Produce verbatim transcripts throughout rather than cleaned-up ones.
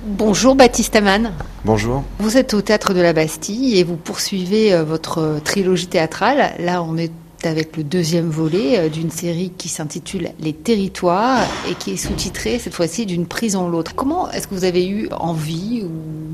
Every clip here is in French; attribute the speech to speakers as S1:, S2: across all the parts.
S1: Bonjour Baptiste Amann.
S2: Bonjour.
S1: Vous êtes au Théâtre de la Bastille et vous poursuivez votre trilogie théâtrale. Là, on est avec le deuxième volet d'une série qui s'intitule Les Territoires et qui est sous-titrée cette fois-ci d'une prise en l'autre. Comment est-ce que vous avez eu envie ou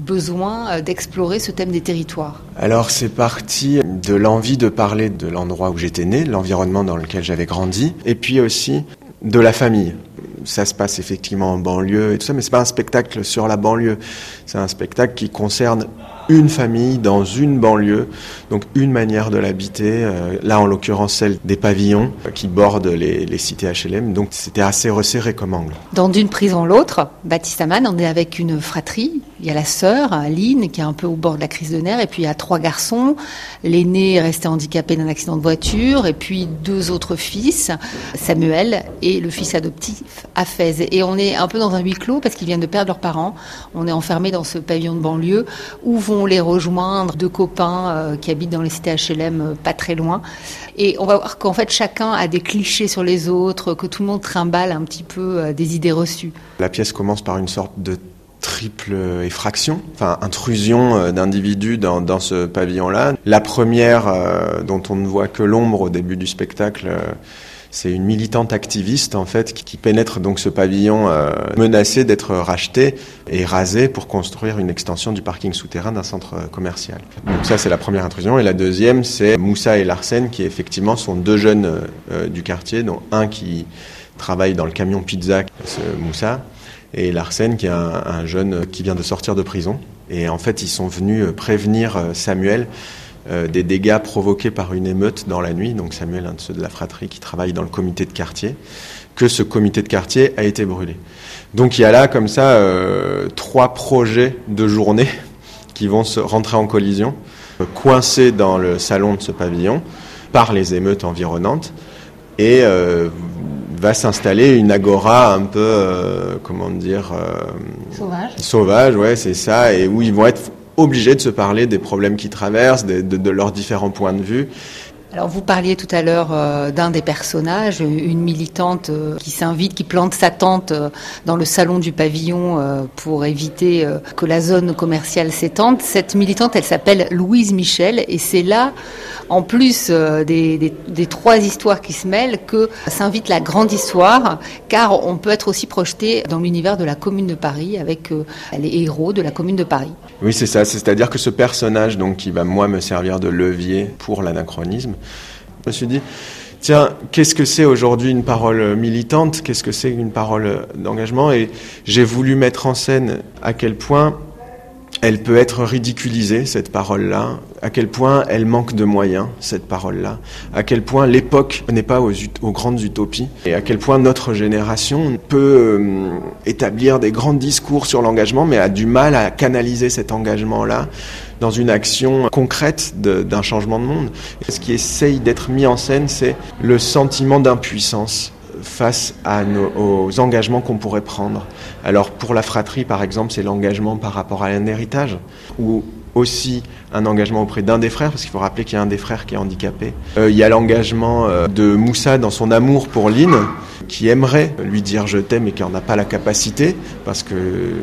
S1: besoin d'explorer ce thème des territoires ?
S2: Alors c'est parti de l'envie de parler de l'endroit où j'étais né, l'environnement dans lequel j'avais grandi, et puis aussi de la famille. Ça se passe effectivement en banlieue et tout ça, mais c'est pas un spectacle sur la banlieue. C'est un spectacle qui concerne une famille dans une banlieue, donc une manière de l'habiter. Euh, là, en l'occurrence, celle des pavillons euh, qui bordent les, les cités H L M. Donc, c'était assez resserré comme angle.
S1: Dans D'une prise en l'autre, Baptiste Amann, on est avec une fratrie. Il y a la sœur, Lynn, qui est un peu au bord de la crise de nerfs, et puis il y a trois garçons. L'aîné est resté handicapé d'un accident de voiture, et puis deux autres fils, Samuel et le fils adoptif, Hafez. Et on est un peu dans un huis clos parce qu'ils viennent de perdre leurs parents. On est enfermés dans ce pavillon de banlieue où vont les rejoindre deux copains euh, qui habitent dans les cités H L M euh, pas très loin. Et on va voir qu'en fait chacun a des clichés sur les autres, que tout le monde trimballe un petit peu euh, des idées reçues.
S2: La pièce commence par une sorte de triple effraction, enfin intrusion d'individus dans, dans ce pavillon-là. La première, euh, dont on ne voit que l'ombre au début du spectacle, euh, c'est une militante activiste en fait qui, qui pénètre donc ce pavillon euh, menacé d'être racheté et rasé pour construire une extension du parking souterrain d'un centre commercial. Donc ça c'est la première intrusion, et la deuxième c'est Moussa et Larsen qui effectivement sont deux jeunes euh, du quartier, dont un qui travaille dans le camion pizza, ce Moussa, et Larsen qui est un, un jeune qui vient de sortir de prison. Et en fait, ils sont venus prévenir Samuel euh, des dégâts provoqués par une émeute dans la nuit. Donc Samuel, un de ceux de la fratrie qui travaille dans le comité de quartier, que ce comité de quartier a été brûlé. Donc il y a là comme ça euh, trois projets de journée qui vont se rentrer en collision, euh, coincés dans le salon de ce pavillon par les émeutes environnantes, et euh, va s'installer une agora un peu, euh, comment dire... Euh,
S1: sauvage.
S2: Sauvage, ouais, c'est ça, et où ils vont être obligés de se parler des problèmes qu'ils traversent, de, de, de leurs différents points de vue.
S1: Alors vous parliez tout à l'heure euh, d'un des personnages, une militante euh, qui s'invite, qui plante sa tente euh, dans le salon du pavillon euh, pour éviter euh, que la zone commerciale s'étende. Cette militante, elle s'appelle Louise Michel, et c'est là, en plus euh, des, des, des trois histoires qui se mêlent, que s'invite la grande histoire, car on peut être aussi projeté dans l'univers de la Commune de Paris avec euh, les héros de la Commune de Paris.
S2: Oui, c'est ça, c'est-à-dire que ce personnage donc, qui va, moi, me servir de levier pour l'anachronisme, je me suis dit, tiens, qu'est-ce que c'est aujourd'hui une parole militante ? Qu'est-ce que c'est une parole d'engagement ? Et j'ai voulu mettre en scène à quel point elle peut être ridiculisée, cette parole-là, à quel point elle manque de moyens, cette parole-là, à quel point l'époque n'est pas aux, ut- aux grandes utopies, et à quel point notre génération peut euh, établir des grands discours sur l'engagement, mais a du mal à canaliser cet engagement-là dans une action concrète de, d'un changement de monde. Ce qui essaye d'être mis en scène, c'est le sentiment d'impuissance face à nos, aux engagements qu'on pourrait prendre. Alors pour la fratrie, par exemple, c'est l'engagement par rapport à un héritage, ou aussi un engagement auprès d'un des frères, parce qu'il faut rappeler qu'il y a un des frères qui est handicapé. Euh, il y a l'engagement euh, de Moussa dans son amour pour Lynn, qui aimerait lui dire je t'aime et qui n'en a pas la capacité, parce que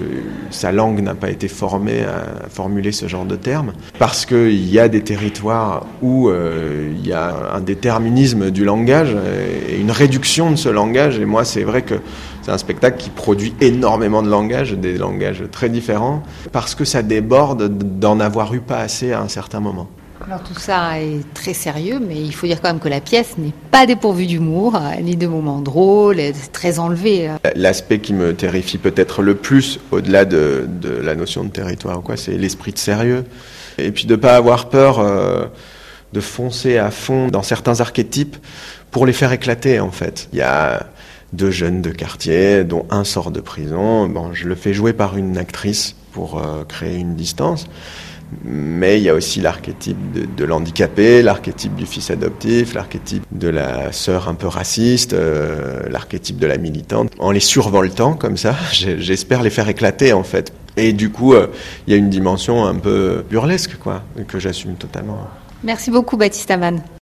S2: sa langue n'a pas été formée à formuler ce genre de termes, parce qu'il y a des territoires où euh, il y a un déterminisme du langage et une réduction de ce langage, et moi c'est vrai que c'est un spectacle qui produit énormément de langages, des langages très différents, parce que ça déborde d'en avoir eu pas assez à un certain moment.
S1: Alors tout ça est très sérieux, mais il faut dire quand même que la pièce n'est pas dépourvue d'humour, ni de moments drôles, c'est très enlevé.
S2: L'aspect qui me terrifie peut-être le plus, au-delà de, de la notion de territoire, quoi, c'est l'esprit de sérieux. Et puis de ne pas avoir peur euh, de foncer à fond dans certains archétypes pour les faire éclater, en fait. Il y a deux jeunes de quartier, dont un sort de prison. Bon, je le fais jouer par une actrice pour euh, créer une distance. Mais il y a aussi l'archétype de, de l'handicapé, l'archétype du fils adoptif, l'archétype de la sœur un peu raciste, euh, l'archétype de la militante. En les survoltant comme ça, j'espère les faire éclater en fait. Et du coup, euh, il y a une dimension un peu burlesque, quoi, que j'assume totalement.
S1: Merci beaucoup Baptiste Amann.